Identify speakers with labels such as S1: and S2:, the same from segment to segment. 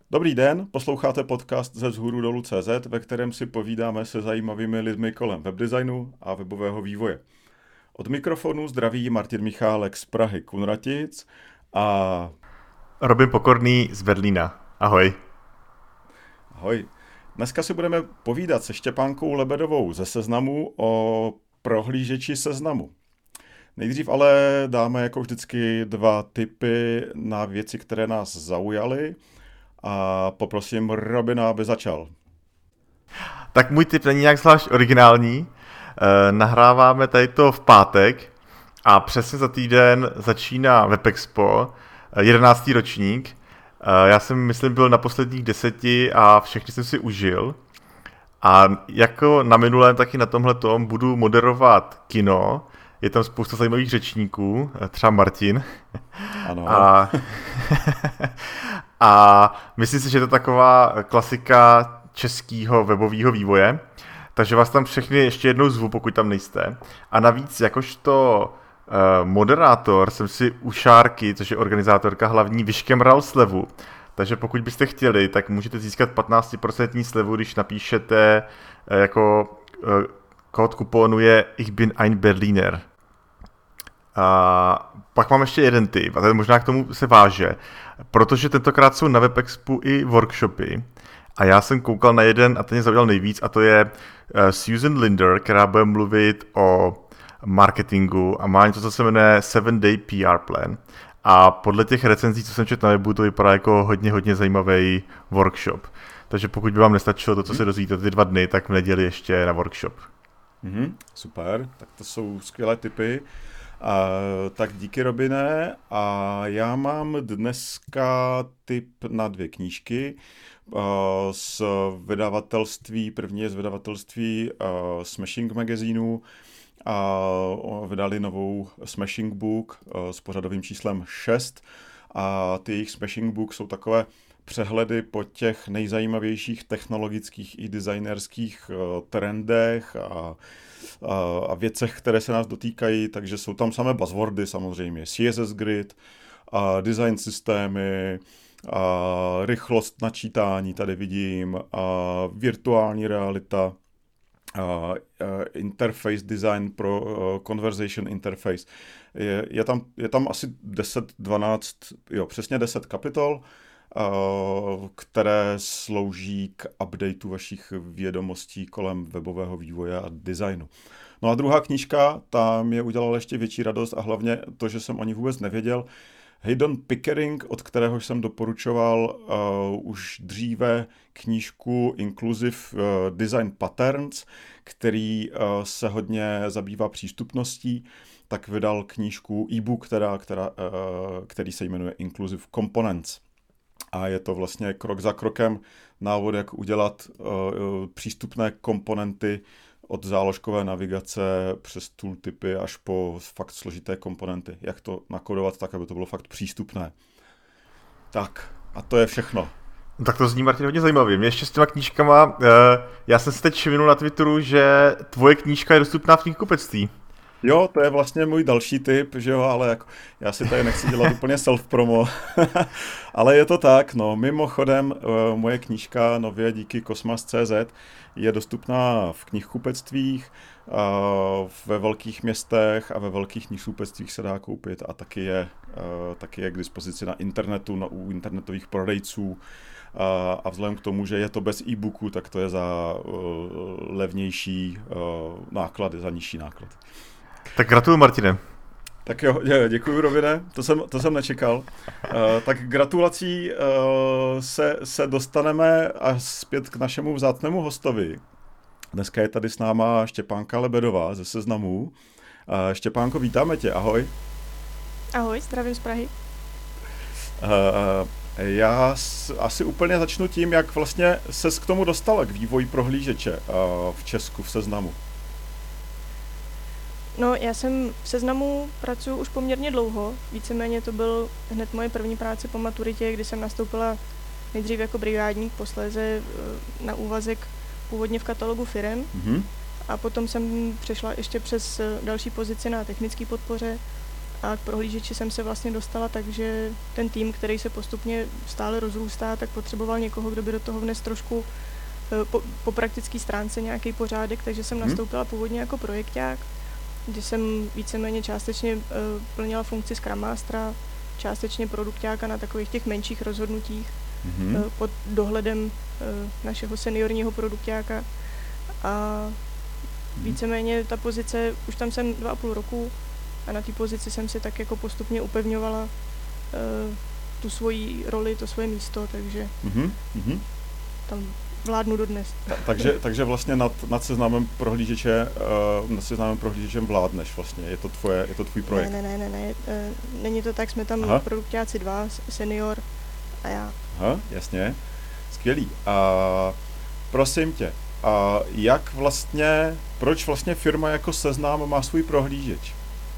S1: Dobrý den, posloucháte podcast ze Vzhůru dolů CZ, ve kterém si povídáme se zajímavými lidmi kolem webdesignu a webového vývoje. Od mikrofonu zdraví Martin Michálek z Prahy Kunratic a
S2: Robin Pokorný z Berlína. Ahoj.
S1: Ahoj. Dneska si budeme povídat se Štěpánkou Lebedovou ze Seznamu o prohlížeči Seznamu. Nejdřív ale dáme jako vždycky 2 tipy na věci, které nás zaujaly a poprosím Robina, aby začal.
S2: Tak můj tip není nějak zvlášť originální. Nahráváme tady to v pátek a přesně za týden začíná WebExpo, 11. ročník. Já jsem, myslím, byl na posledních 10 a všechny jsem si užil. A jako na minulém, tak i na tomhletom budu moderovat kino. Je tam spousta zajímavých řečníků, třeba Martin.
S1: Ano.
S2: A myslím si, že je to taková klasika českého webového vývoje. Takže vás tam všechny ještě jednou zvu, pokud tam nejste. A navíc, jakožto moderátor, jsem si u Šárky, což je organizátorka hlavní, vyškemral slevu. Takže pokud byste chtěli, tak můžete získat 15% slevu, když napíšete jako kód kupónu je Ich bin ein Berliner. A pak mám ještě jeden tip, a ten možná k tomu se váže, protože tentokrát jsou na WebExpu i workshopy. A já jsem koukal na jeden a ten mě zaujal nejvíc, a to je Susan Linder, která bude mluvit o marketingu a má něco, co se jmenuje 7-day PR plan. A podle těch recenzí, co jsem četl na webu, to vypadá jako hodně zajímavý workshop. Takže pokud by vám nestačilo to, co se dozvíte ty 2 dny, tak v neděli ještě na workshop.
S1: Super, tak to jsou skvělé tipy. Tak díky, Robine. A já mám dneska tip na 2 knížky z vydavatelství, první je z vydavatelství Smashing magazínu a vydali novou Smashing Book s pořadovým číslem 6 a ty jejich Smashing Book jsou takové přehledy po těch nejzajímavějších technologických i designerských trendech a věcech, které se nás dotýkají, takže jsou tam samé buzzwordy samozřejmě, CSS Grid, design systémy, rychlost načítání tady vidím, virtuální realita, interface design pro conversation interface. Je tam asi přesně 10 kapitol, které slouží k updateu vašich vědomostí kolem webového vývoje a designu. No a druhá knížka, ta mě udělala ještě větší radost a hlavně to, že jsem o ní vůbec nevěděl. Hayden Pickering, od kterého jsem doporučoval už dříve knížku Inclusive Design Patterns, který se hodně zabývá přístupností, tak vydal knížku e-book, který se jmenuje Inclusive Components. A je to vlastně krok za krokem návod, jak udělat přístupné komponenty od záložkové navigace přes tooltipy až po fakt složité komponenty. Jak to nakodovat tak, aby to bylo fakt přístupné. Tak, a to je všechno.
S2: Tak to zní, Martin, hodně zajímavě. Mě ještě s těma knížkama, já jsem si teď všimnul na Twitteru, že tvoje knížka je dostupná v knihkupectví.
S1: Jo, to je vlastně můj další tip, že jo, ale jako, já si tady nechci dělat úplně self-promo, ale je to tak, no, mimochodem moje knížka nově díky Kosmas.cz je dostupná v knihkupectvích, ve velkých městech a ve velkých knihkupectvích se dá koupit a taky je k dispozici na internetu, u internetových prodejců a vzhledem k tomu, že je to bez e-booku, tak to je za levnější náklady, za nižší náklad.
S2: Tak gratuluju, Martine.
S1: Tak jo, děkuji, Robine, to jsem nečekal. Tak gratulací se dostaneme až zpět k našemu vzácnému hostovi. Dneska je tady s náma Štěpánka Lebedová ze Seznamu. Štěpánko, vítáme tě, ahoj.
S3: Ahoj, zdravím z Prahy.
S1: Já asi úplně začnu tím, jak vlastně ses k tomu dostala, k vývoji prohlížeče v Česku v Seznamu.
S3: No, já jsem v Seznamu pracuji už poměrně dlouho, víceméně to byl hned moje první práce po maturitě, kdy jsem nastoupila nejdřív jako brigádník, posléze na úvazek původně v katalogu firem a potom jsem přešla ještě přes další pozici na technické podpoře A k prohlížeči jsem se vlastně dostala tak, že ten tým, který se postupně stále rozrůstá, tak potřeboval někoho, kdo by do toho vnes trošku po praktické stránce nějaký pořádek, takže jsem nastoupila původně jako projekťák, kde jsem víceméně částečně plnila funkci Scrum Mastera, částečně produkťáka na takových těch menších rozhodnutích pod dohledem našeho seniorního produkťáka. A víceméně ta pozice, už tam jsem 2,5 roku a na té pozici jsem si tak jako postupně upevňovala tu svoji roli, to svoje místo, takže tam vládnu dodnes.
S1: Takže vlastně nad seznamem prohlížečem vládneš vlastně, je to tvůj projekt.
S3: Ne, není to tak, jsme tam produkťáci 2, senior a já.
S1: Aha, jasně, skvělý. A prosím tě, a proč vlastně firma jako Seznam má svůj prohlížeč?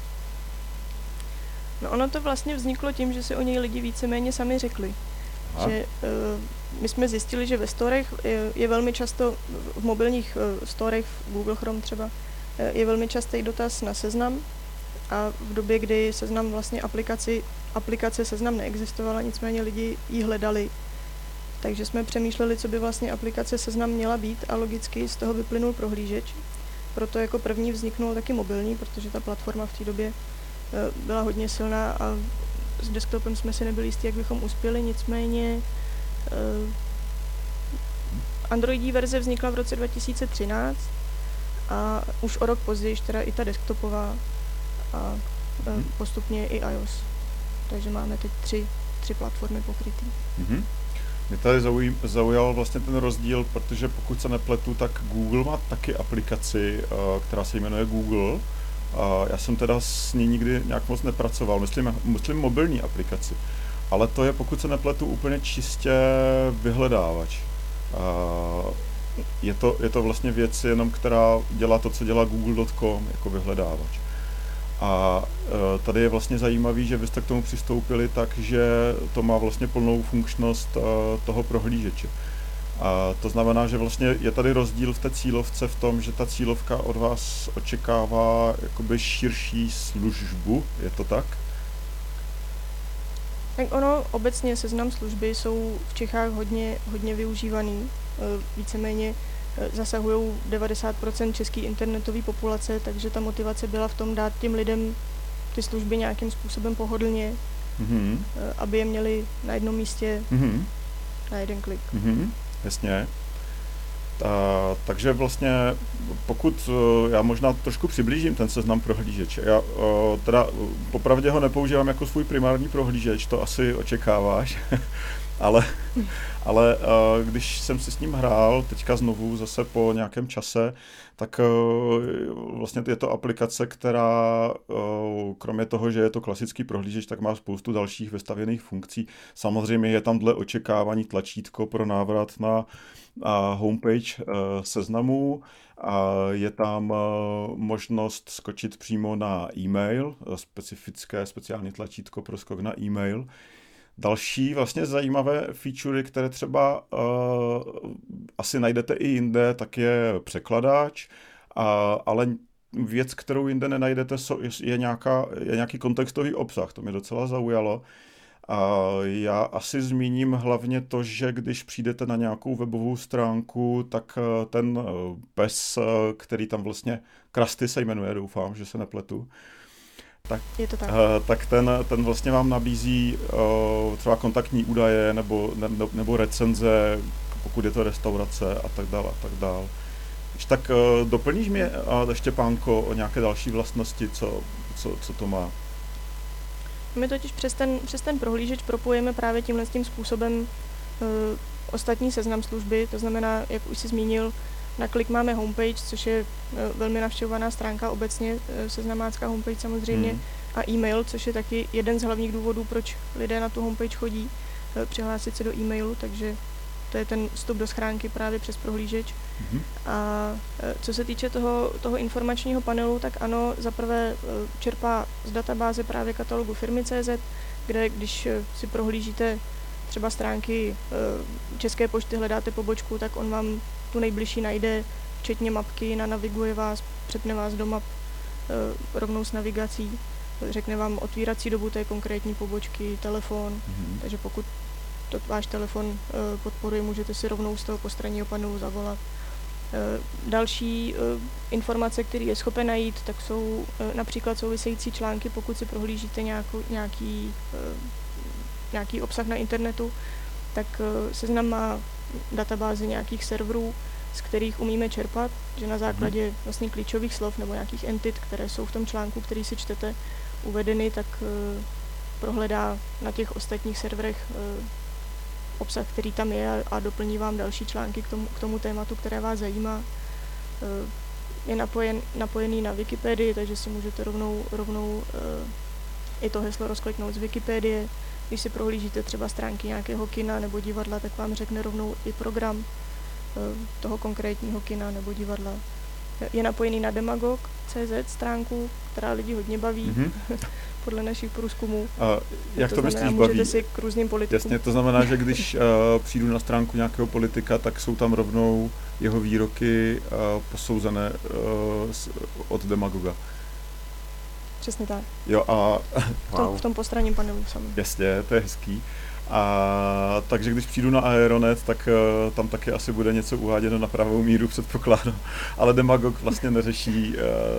S3: No ono to vlastně vzniklo tím, že si o něj lidi víceméně sami řekli. Že my jsme zjistili, že ve storech je velmi často, v mobilních storech, Google Chrome třeba, je velmi častý dotaz na Seznam a v době, kdy Seznam vlastně aplikace Seznam neexistovala, nicméně lidi ji hledali. Takže jsme přemýšleli, co by vlastně aplikace Seznam měla být a logicky z toho vyplynul prohlížeč. Proto jako první vzniknul taky mobilní, protože ta platforma v té době byla hodně silná a s desktopem jsme si nebyli jistí, jak bychom uspěli, nicméně Androidí verze vznikla v roce 2013 a už o rok později teda i ta desktopová a postupně i iOS. Takže máme teď tři platformy pokrytý.
S1: Mě tady zaujal vlastně ten rozdíl, protože pokud se nepletu, tak Google má taky aplikaci, která se jmenuje Google. Já jsem teda s ní nikdy nějak moc nepracoval, myslím mobilní aplikaci, ale to je, pokud se nepletu, úplně čistě vyhledávač. Je to vlastně věc jenom, která dělá to, co dělá google.com jako vyhledávač. A tady je vlastně zajímavý, že vy jste k tomu přistoupili tak, že to má vlastně plnou funkčnost toho prohlížeče. A to znamená, že vlastně je tady rozdíl v té cílovce v tom, že ta cílovka od vás očekává jakoby širší službu, je to tak?
S3: Tak ono, obecně Seznam služby jsou v Čechách hodně využívaný, víceméně zasahují 90% české internetové populace, takže ta motivace byla v tom dát těm lidem ty služby nějakým způsobem pohodlně, aby je měli na jednom místě na jeden klik.
S1: Jasně. Takže vlastně, pokud já možná trošku přiblížím ten Seznam prohlížeč, já teda popravdě ho nepoužívám jako svůj primární prohlížeč, to asi očekáváš, ale když jsem si s ním hrál teďka znovu zase po nějakém čase, tak vlastně je to aplikace, která kromě toho, že je to klasický prohlížeč, tak má spoustu dalších vystavěných funkcí. Samozřejmě je tam dle očekávání tlačítko pro návrat na homepage Seznamu a je tam možnost skočit přímo na e-mail, speciální tlačítko pro skok na e-mail. Další vlastně zajímavé featurey, které třeba asi najdete i jinde, tak je překladač, ale věc, kterou jinde nenajdete, je nějaký kontextový obsah, to mě docela zaujalo. Já asi zmíním hlavně to, že když přijdete na nějakou webovou stránku, tak ten pes, který tam vlastně Krusty se jmenuje, doufám, že se nepletu, tak ten vlastně vám nabízí třeba kontaktní údaje nebo recenze, pokud je to restaurace a tak dále. Tak doplníš mě, Štěpánko, o nějaké další vlastnosti, co to má?
S3: My totiž přes ten prohlížeč propojíme právě tímhle tím způsobem ostatní Seznam služby, to znamená, jak už jsi zmínil, na klik máme homepage, což je velmi navštěvovaná stránka obecně, seznamácká homepage samozřejmě, a e-mail, což je taky jeden z hlavních důvodů, proč lidé na tu homepage chodí, přihlásit se do e-mailu, takže to je ten vstup do schránky právě přes prohlížeč. A co se týče toho informačního panelu, tak ano, zaprvé čerpá z databáze právě katalogu firmy.cz, kde když si prohlížíte třeba stránky České pošty, hledáte pobočku, tak on vám tu nejbližší najde, včetně mapky, naviguje vás, přepne vás do map rovnou s navigací. řekne vám otvírací dobu té konkrétní pobočky, telefon, takže pokud to váš telefon podporuje, můžete si rovnou z toho postranního panelu zavolat. Další informace, které je schopen najít, tak jsou například související články, pokud si prohlížíte nějaký obsah na internetu, tak Seznam má databázi nějakých serverů, z kterých umíme čerpat, že na základě vlastně klíčových slov nebo nějakých entit, které jsou v tom článku, který si čtete, uvedeny, tak prohledá na těch ostatních serverech obsah, který tam je a doplní vám další články k tomu tématu, které vás zajímá. Je napojený na Wikipedii, takže si můžete rovnou i to heslo rozkliknout z Wikipedie. Když si prohlížíte třeba stránky nějakého kina nebo divadla, tak vám řekne rovnou i program toho konkrétního kina nebo divadla. Je napojený na demagog.cz stránku, která lidi hodně baví, podle našich průzkumů.
S1: A jak to myslíš baví?
S3: Můžete si k různým politikům.
S1: Jasně, to znamená, že když přijdu na stránku nějakého politika, tak jsou tam rovnou jeho výroky posouzené od demagoga.
S3: Přesně tak.
S1: Jo, a
S3: v tom postranním panelu samém.
S1: Jasně, to je hezký. A takže když přijdu na Aeronet, tak tam taky asi bude něco uváděno na pravou míru, předpokládám. Ale demagog vlastně neřeší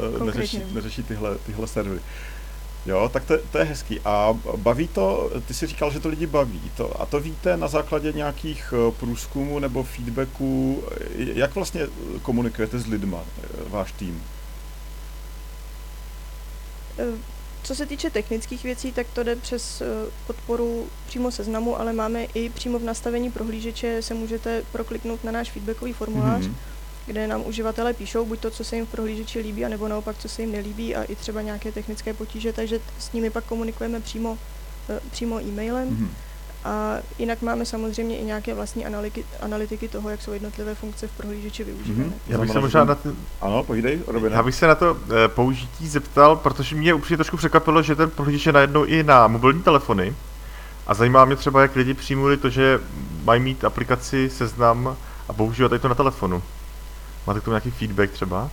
S1: tyhle servery. Jo, tak to je hezký. A baví to, ty jsi říkal, že to lidi baví. A to víte na základě nějakých průzkumů nebo feedbacků, jak vlastně komunikujete s lidma, váš tým?
S3: Co se týče technických věcí, tak to jde přes podporu přímo Seznamu, ale máme i přímo v nastavení prohlížeče, se můžete prokliknout na náš feedbackový formulář, kde nám uživatelé píšou buď to, co se jim v prohlížeči líbí, anebo naopak, co se jim nelíbí a i třeba nějaké technické potíže, takže s nimi pak komunikujeme přímo e-mailem. A jinak máme samozřejmě i nějaké vlastní analytiky toho, jak jsou jednotlivé funkce v prohlížeči využívané.
S2: Já bych se možná
S1: Ano, povídej, Robine.
S2: Já bych se na to použití zeptal, protože mě upřímně trošku překvapilo, že ten prohlížeč je najednou i na mobilní telefony. A zajímá mě třeba, jak lidi přijmuli to, že mají mít aplikaci Seznam a používat to na telefonu. Máte k tomu nějaký feedback třeba?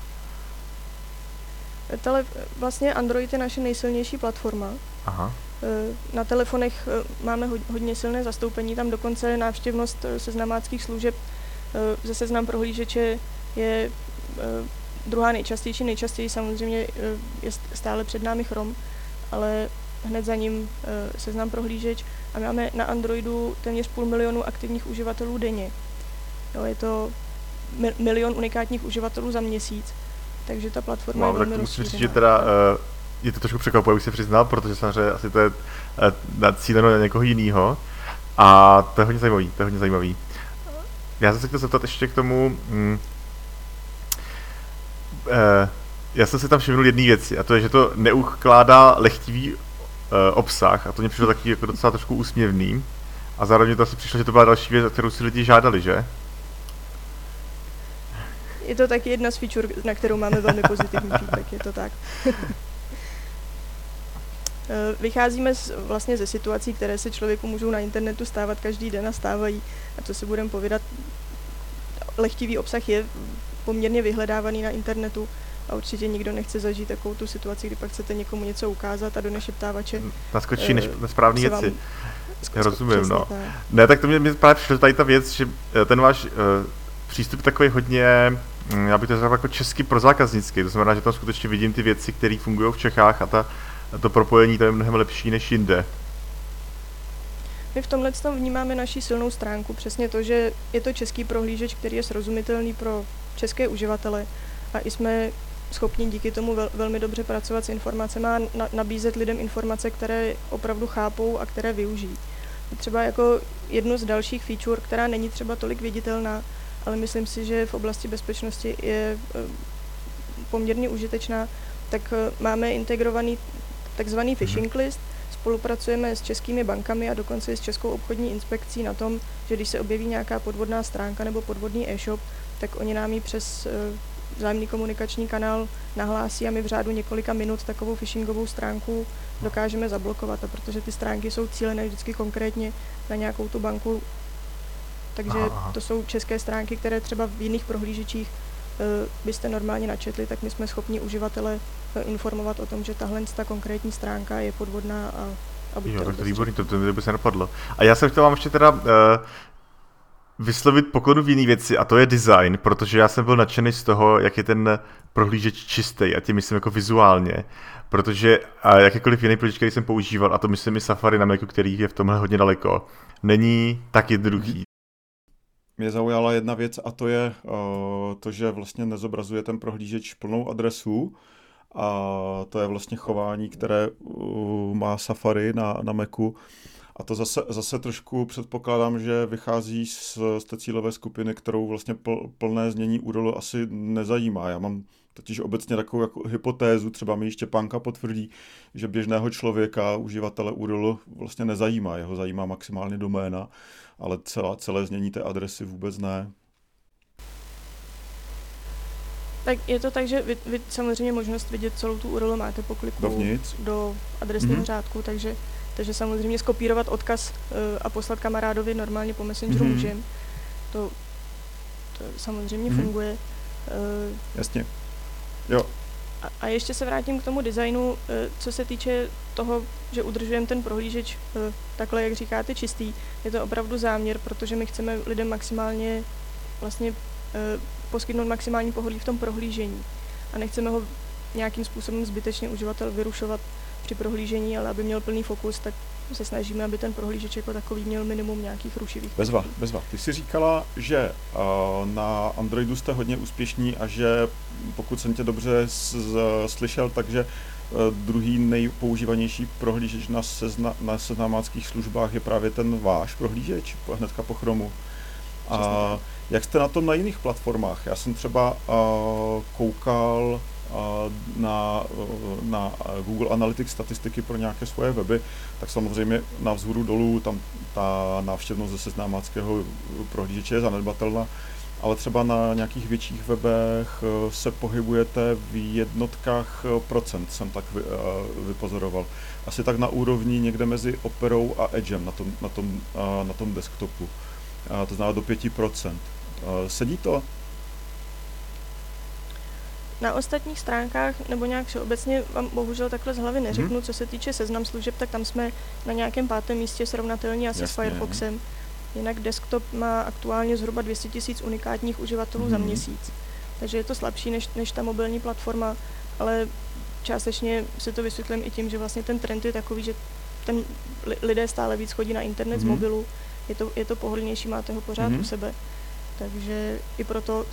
S3: Vlastně Android je naše nejsilnější platforma.
S2: Aha.
S3: Na telefonech máme hodně silné zastoupení, tam dokonce návštěvnost seznamáckých služeb ze Seznam prohlížeče je druhá nejčastější. Nejčastěji samozřejmě je stále před námi Chrome, ale hned za ním Seznam prohlížeč a máme na Androidu téměř 500 000 aktivních uživatelů denně. Jo, je to 1 milion unikátních uživatelů za měsíc, takže ta platforma je velmi rozšířená.
S2: Musím říct, že teda je to trošku překvapuje, bych se přiznal, protože samozřejmě asi to je nacíleno na někoho jiného. A to je hodně zajímavý, Já jsem se chtěl zeptat ještě k tomu, já jsem si tam všimnul jedné věci, a to je, že to neukládá lehtivý obsah, a to mě přišlo taky jako docela trošku úsměvný. A zároveň to asi přišlo, že to byla další věc, kterou si lidi žádali, že?
S3: Je to taky jedna z feature, na kterou máme velmi pozitivní feedback, je to tak. Vycházíme vlastně ze situací, které se člověku můžou na internetu stávat každý den a stávají. A co si budeme povídat, lehtivý obsah je poměrně vyhledávaný na internetu a určitě nikdo nechce zažít takovou tu situaci, kdy pak chcete někomu něco ukázat a do nešeptávače
S2: naskočí nesprávné věci. Já rozumím, no. Ne, tak to mě právě přišlo tady ta věc, že ten váš přístup je takový hodně, já bych to řekl jako česky prozákaznický, to znamená, že tam skutečně vidím ty věci, které fungují v Čechách a to propojení to je mnohem lepší než jinde.
S3: My v tomhle vnímáme naši silnou stránku, přesně to, že je to český prohlížeč, který je srozumitelný pro české uživatele a i jsme schopni díky tomu velmi dobře pracovat s informacemi a nabízet lidem informace, které opravdu chápou a které využijí. Třeba jako jednu z dalších feature, která není třeba tolik viditelná, ale myslím si, že v oblasti bezpečnosti je poměrně užitečná, tak máme integrovaný takzvaný phishing list, spolupracujeme s českými bankami a dokonce i s Českou obchodní inspekcí na tom, že když se objeví nějaká podvodná stránka nebo podvodný e-shop, tak oni nám ji přes vzájemný komunikační kanál nahlásí a my v řádu několika minut takovou phishingovou stránku dokážeme zablokovat. A protože ty stránky jsou cílené vždycky konkrétně na nějakou tu banku, takže to jsou české stránky, které třeba v jiných prohlížečích byste normálně načetli, tak my jsme schopni uživatele informovat o tom, že tahle ta konkrétní stránka je podvodná a buďte
S2: Jo, tak to
S3: obezřetní.
S2: výborný, to by se napadlo. A já jsem chtěl vám ještě teda vyslovit poklonu v jiný věci, a to je design, protože já jsem byl nadšený z toho, jak je ten prohlížeč čistý, a tím myslím jako vizuálně, protože jakýkoliv jiný prohlížeč, který jsem používal, a to myslím i Safari na Macu, který je v tomhle hodně daleko, není tak jednoduchý.
S1: Mě zaujala jedna věc, a to je to, že vlastně nezobrazuje ten prohlížeč plnou adresu, a to je vlastně chování, které má Safari na Macu. A to zase trošku předpokládám, že vychází z té cílové skupiny, kterou vlastně plné znění URL asi nezajímá. Já mám totiž obecně takovou jako hypotézu, třeba mi Štěpánka potvrdí, že běžného člověka, uživatele URL vlastně nezajímá. Jeho zajímá maximálně doména, ale celé znění té adresy vůbec ne.
S3: Tak je to tak, že vy samozřejmě možnost vidět celou tu URL máte po kliku
S1: Dovnitř
S3: do adresního řádku, takže samozřejmě skopírovat odkaz a poslat kamarádovi normálně po Messengeru můžem. To samozřejmě funguje.
S1: Jasně. Jo.
S3: A ještě se vrátím k tomu designu, co se týče toho, že udržujeme ten prohlížeč takhle, jak říkáte, čistý. Je to opravdu záměr, protože my chceme lidem maximálně vlastně poskytnout maximální pohodlí v tom prohlížení. A nechceme ho nějakým způsobem zbytečně uživatel vyrušovat při prohlížení, ale aby měl plný fokus, tak se snažíme, aby ten prohlížeč jako takový měl minimum nějakých rušivých.
S1: Bezva. Ty jsi říkala, že na Androidu jste hodně úspěšní a že pokud jsem tě dobře slyšel, takže druhý nejpoužívanější prohlížeč na seznamáckých službách je právě ten váš prohlížeč, hnedka po Chromu. A jak jste na tom na jiných platformách? Já jsem třeba koukal na Google Analytics statistiky pro nějaké svoje weby, tak samozřejmě na vzhůru dolů tam ta návštěvnost ze seznamáckého prohlížeče je zanedbatelná, ale třeba na nějakých větších webech se pohybujete v jednotkách procent, jsem tak vypozoroval. Asi tak na úrovni někde mezi Operou a Edgem na tom desktopu. To znamená do 5%. Sedí to?
S3: Na ostatních stránkách nebo nějak všeobecně vám bohužel takhle z hlavy neřeknu, co se týče seznam služeb, tak tam jsme na nějakém 5. místě srovnatelně asi s Firefoxem. Jinak desktop má aktuálně zhruba 200 000 unikátních uživatelů za měsíc. Takže je to slabší než ta mobilní platforma, ale částečně si to vysvětlím i tím, že vlastně ten trend je takový, že lidé stále víc chodí na internet z mobilu, je to pohodlnější, máte ho pořád u sebe. Takže i proto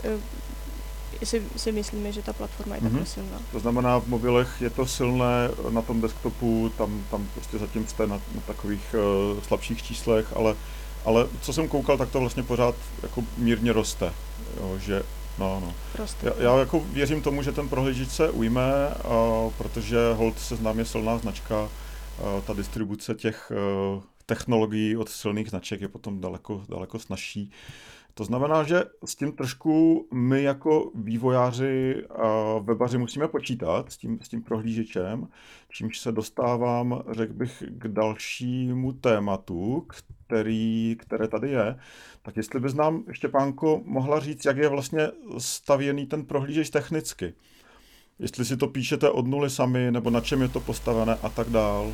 S3: si myslíme, že ta platforma je takhle silná.
S1: To znamená, v mobilech je to silné, na tom desktopu tam prostě zatím jste na takových slabších číslech, ale co jsem koukal, tak to vlastně pořád jako mírně roste. Jo, že já jako věřím tomu, že ten prohlížeč se ujme, protože holt Seznam je silná značka, ta distribuce těch technologií od silných značek je potom daleko snazší. To znamená, že s tím trošku my jako vývojáři a webaři musíme počítat, s tím prohlížečem, čímž se dostávám, řekl bych, k dalšímu tématu, které tady je. Tak jestli bys nám, Štěpánko, mohla říct, jak je vlastně stavěný ten prohlížeč technicky. Jestli si to píšete od nuly sami, nebo na čem je to postavené a tak dál.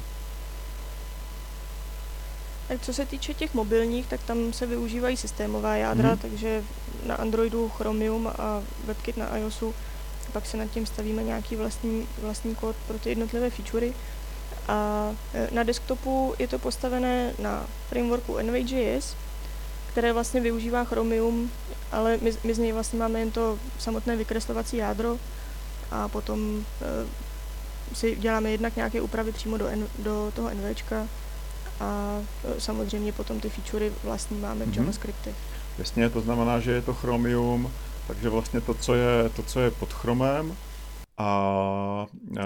S3: Tak co se týče těch mobilních, tak tam se využívají systémová jádra, takže na Androidu Chromium a WebKit na iOSu, pak se nad tím stavíme nějaký vlastní kód pro ty jednotlivé featurey. A na desktopu je to postavené na frameworku Envy.js, které vlastně využívá Chromium, ale my z něj vlastně máme jen to samotné vykreslovací jádro a potom si děláme jednak nějaké úpravy přímo do toho Envčka. A samozřejmě potom ty featurey vlastní máme v JavaScriptech.
S1: Jasně, to znamená, že je to Chromium, takže vlastně to, co je pod Chromem, a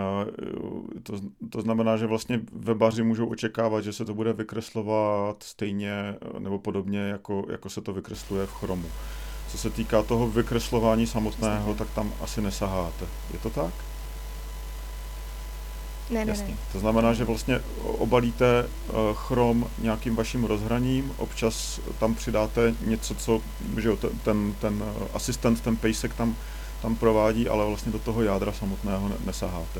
S1: to znamená, že vlastně webaři můžou očekávat, že se to bude vykreslovat stejně nebo podobně, jako se to vykresluje v Chromu. Co se týká toho vykreslování samotného, tak tam asi nesaháte. Je to tak?
S3: Ne.
S1: To znamená, že vlastně obalíte Chrome nějakým vaším rozhraním, občas tam přidáte něco, co že jo, ten asistent, ten pejsek tam provádí, ale vlastně do toho jádra samotného nesaháte.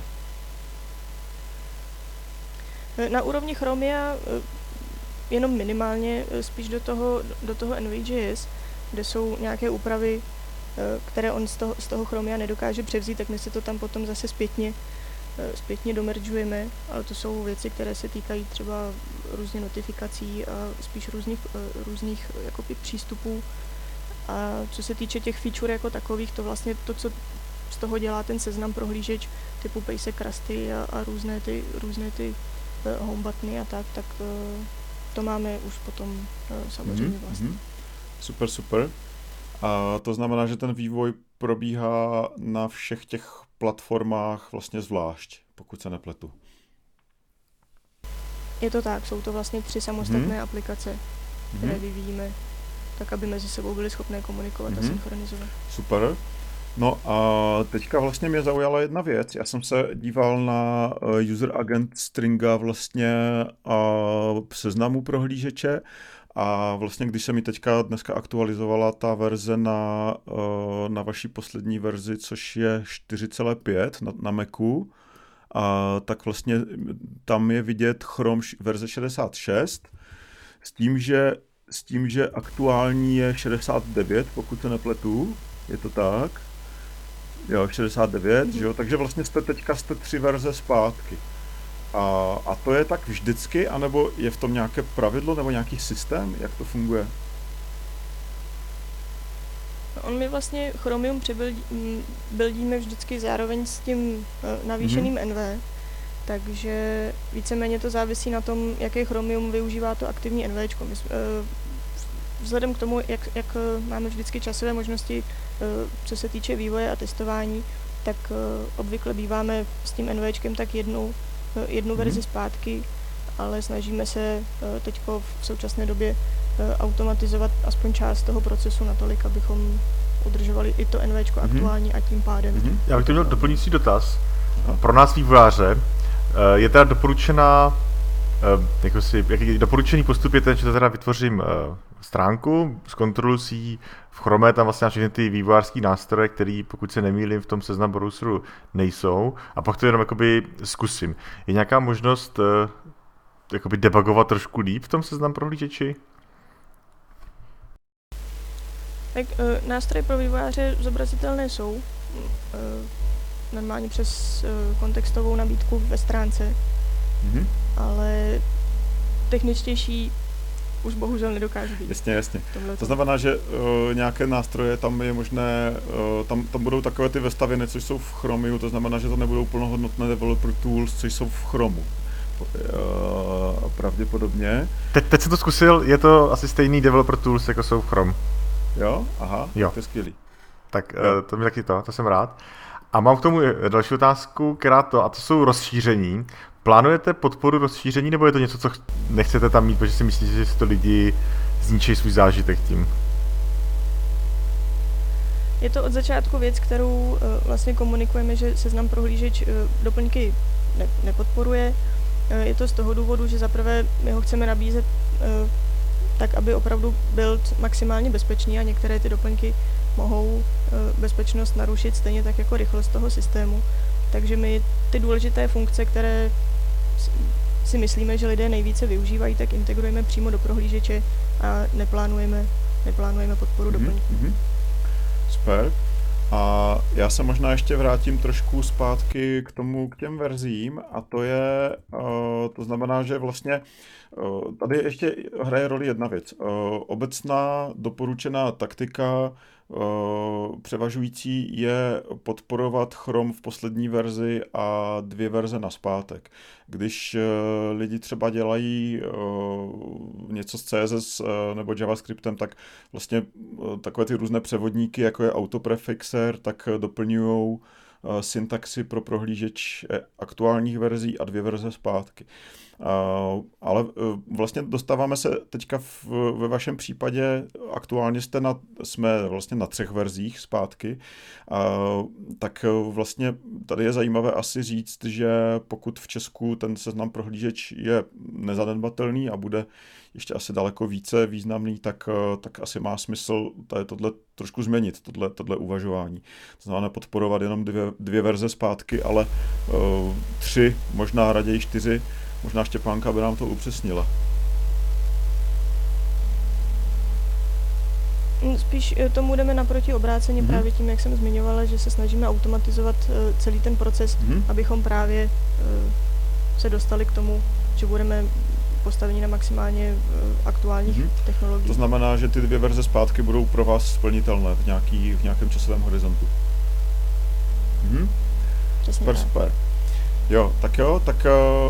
S3: Na úrovni Chromia jenom minimálně spíš do toho Node.js, kde jsou nějaké úpravy, které on z toho Chromia nedokáže převzít, tak my si to tam potom zase zpětně domeržujeme, ale to jsou věci, které se týkají třeba různě notifikací a spíš různých jakoby přístupů. A co se týče těch feature jako takových, to vlastně to, co z toho dělá ten seznam prohlížeč typu pejsek Krusty a různé ty home buttony a tak to máme už potom samozřejmě vlastně.
S1: Super. A to znamená, že ten vývoj probíhá na všech těch platformách vlastně zvlášť, pokud se nepletu.
S3: Je to tak, jsou to vlastně 3 samostatné aplikace, které vyvíjíme, tak aby mezi sebou byly schopné komunikovat a synchronizovat. Super.
S1: No a teďka vlastně mě zaujala jedna věc. Já jsem se díval na user agent stringa vlastně v seznamu prohlížeče a vlastně když se mi teďka dneska aktualizovala ta verze na vaší poslední verzi, což je 4.5 na Macu, tak vlastně tam je vidět Chrome verze 66 s tím, že aktuální je 69, pokud se nepletu, je to tak? Jo, 69, že jo? Takže vlastně jste 3 verze zpátky. A to je tak vždycky, anebo je v tom nějaké pravidlo nebo nějaký systém, jak to funguje?
S3: On mi vlastně Chromium buildíme vždycky zároveň s tím navýšeným NV, takže víceméně to závisí na tom, jaké Chromium využívá to aktivní NVčko. Vzhledem k tomu, jak máme vždycky časové možnosti, co se týče vývoje a testování, tak obvykle býváme s tím NVčkem tak jednu verzi zpátky, ale snažíme se teďko v současné době automatizovat aspoň část toho procesu natolik, abychom udržovali i to NVčko aktuální a tím pádem.
S2: Já bych to měl doplňující dotaz. Pro nás vývojáře je teda doporučená, jaký doporučený postup je ten, že teda vytvořím stránku, zkontroluji si ji v Chrome, tam vlastně všechny ty vývojářský nástroje, které, pokud se nemýlím, v tom seznam browseru nejsou, a pak to jenom jakoby zkusím. Je nějaká možnost jakoby debugovat trošku líp v tom seznam prohlížeči?
S3: Tak nástroje pro vývojáře zobrazitelné jsou, normálně přes kontextovou nabídku ve stránce, ale techničtější už bohužel nedokážu být.
S1: Jasně. To znamená, že nějaké nástroje tam je možné, tam budou takové ty vestavěny, což jsou v Chromiu, to znamená, že to nebudou plnohodnotné developer tools, což jsou v Chromu. Pravděpodobně.
S2: Teď jsem to zkusil, je to asi stejný developer tools, jako jsou v Chrome.
S1: Jo? Aha,
S2: jo.
S1: To je skvělý.
S2: Tak to mi taky to jsem rád. A mám k tomu další otázku, a to jsou rozšíření. Plánujete podporu rozšíření, nebo je to něco, co nechcete tam mít, protože si myslíte, že si to lidi zničí svůj zážitek tím?
S3: Je to od začátku věc, kterou vlastně komunikujeme, že seznam prohlížeč doplňky nepodporuje. Je to z toho důvodu, že zaprvé my ho chceme nabízet tak, aby opravdu byl maximálně bezpečný a některé ty doplňky mohou bezpečnost narušit stejně tak jako rychlost toho systému. Takže my ty důležité funkce, které si myslíme, že lidé nejvíce využívají, tak integrujeme přímo do prohlížeče a neplánujeme podporu doplňků.
S1: Super. A já se možná ještě vrátím trošku zpátky k těm verzím, a to znamená, že vlastně tady ještě hraje roli jedna věc. Obecná doporučená taktika převažující je podporovat Chrome v poslední verzi a 2 verze nazpátek. Když lidi třeba dělají něco s CSS nebo JavaScriptem, tak vlastně takové ty různé převodníky, jako je autoprefixer, tak doplňují syntaxy pro prohlížeč aktuálních verzí a 2 verze zpátky. Ale vlastně dostáváme se teďka ve vašem případě, aktuálně jsme vlastně na 3 verzích zpátky, tak vlastně tady je zajímavé asi říct, že pokud v Česku ten seznam prohlížeč je nezanedbatelný a bude ještě asi daleko více významný, tak asi má smysl tohle trošku změnit, tohle uvažování. To znamená podporovat jenom 2 verze zpátky, ale 3, možná raději 4. Možná Štěpánka by nám to upřesnila.
S3: Spíš tomu jdeme naproti obráceně právě tím, jak jsem zmiňovala, že se snažíme automatizovat celý ten proces, abychom právě se dostali k tomu, že budeme postaveni na maximálně aktuálních technologiích.
S1: To znamená, že ty 2 verze zpátky budou pro vás splnitelné v nějakém časovém horizontu. Super. Jo, tak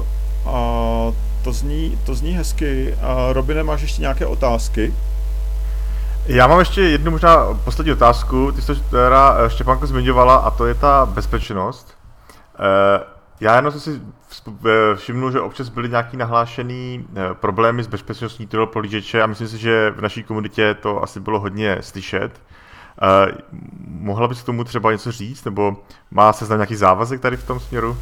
S1: to zní hezky. Robine, máš ještě nějaké otázky?
S2: Já mám ještě jednu možná poslední otázku. Ty jsi to teda, Štěpánko, zmiňovala, a to je ta bezpečnost. Já jenom jsem si všimnul, že občas byly nějaký nahlášený problémy s bezpečností toho prohlížeče a myslím si, že v naší komunitě to asi bylo hodně slyšet. Mohla bys k tomu třeba něco říct, nebo má seznam nějaký závazek tady v tom směru?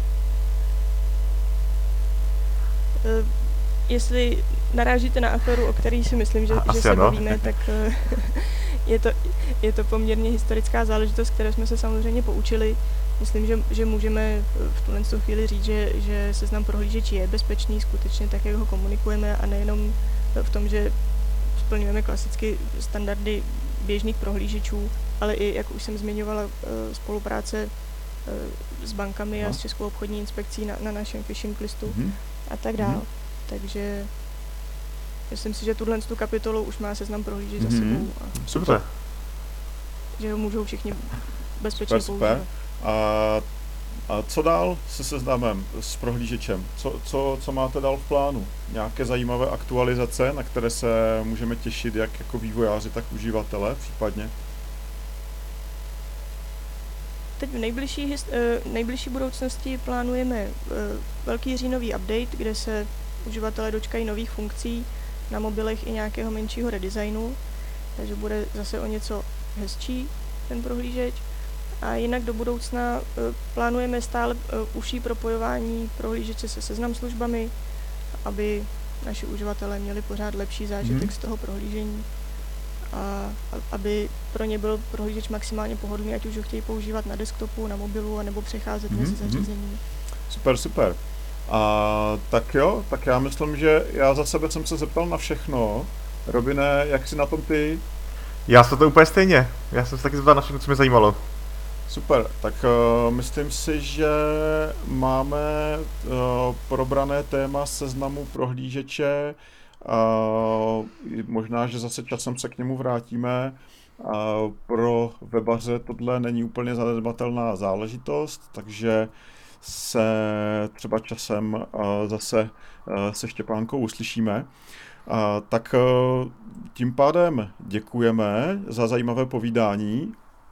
S3: Jestli narážíte na aféru, o který si myslím, že se bavíme, tak je to poměrně historická záležitost, které jsme se samozřejmě poučili. Myslím, že můžeme v tuhle chvíli říct, že seznam prohlížeč je bezpečný skutečně tak, jak ho komunikujeme, a nejenom v tom, že splňujeme klasicky standardy běžných prohlížečů, ale i, jak už jsem zmiňovala, spolupráce s bankami a s Českou obchodní inspekcí na našem phishing listu a tak dále. Takže myslím si, že tu kapitolu už má seznam prohlížeč za sebou.
S2: Super.
S3: Že ho můžou všichni bezpečně používat.
S1: A co dál se seznamem, s prohlížečem? Co máte dál v plánu? Nějaké zajímavé aktualizace, na které se můžeme těšit jak jako vývojáři, tak uživatelé případně?
S3: Teď v nejbližší budoucnosti plánujeme velký říjnový update, kde se uživatelé dočkají nových funkcí na mobilech i nějakého menšího redesignu, takže bude zase o něco hezčí ten prohlížeč. A jinak do budoucna plánujeme stále užší propojování prohlížeče se seznam službami, aby naši uživatelé měli pořád lepší zážitek z toho prohlížení a aby pro ně byl prohlížeč maximálně pohodlný, ať už ho chtějí používat na desktopu, na mobilu, anebo přecházet mezi zařízeními.
S1: Super. Tak já myslím, že já za sebe jsem se zeptal na všechno. Robine, jak jsi na tom ty?
S2: Já jsem to úplně stejně. Já jsem se taky zeptal na všechno, co mě zajímalo.
S1: Super, tak myslím si, že máme probrané téma seznamu prohlížeče. Možná, že zase časem se k němu vrátíme. Pro webaře tohle není úplně zanedbatelná záležitost, takže se třeba časem zase se Štěpánkou uslyšíme. Tak tím pádem děkujeme za zajímavé povídání.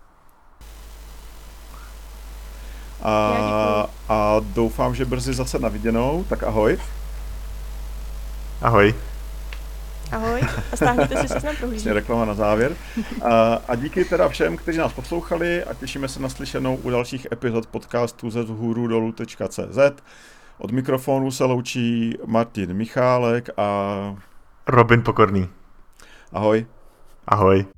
S1: A doufám, že brzy zase na viděnou. Tak ahoj.
S2: Ahoj.
S3: Ahoj a stáhněte si seznam prohlížeč.
S1: Reklama na závěr. A díky teda všem, kteří nás poslouchali, a těšíme se na slyšenou u dalších epizod podcastu ze vzhůrudolu.cz. Od mikrofonu se loučí Martin Michálek a
S2: Robin Pokorný.
S1: Ahoj.
S2: Ahoj.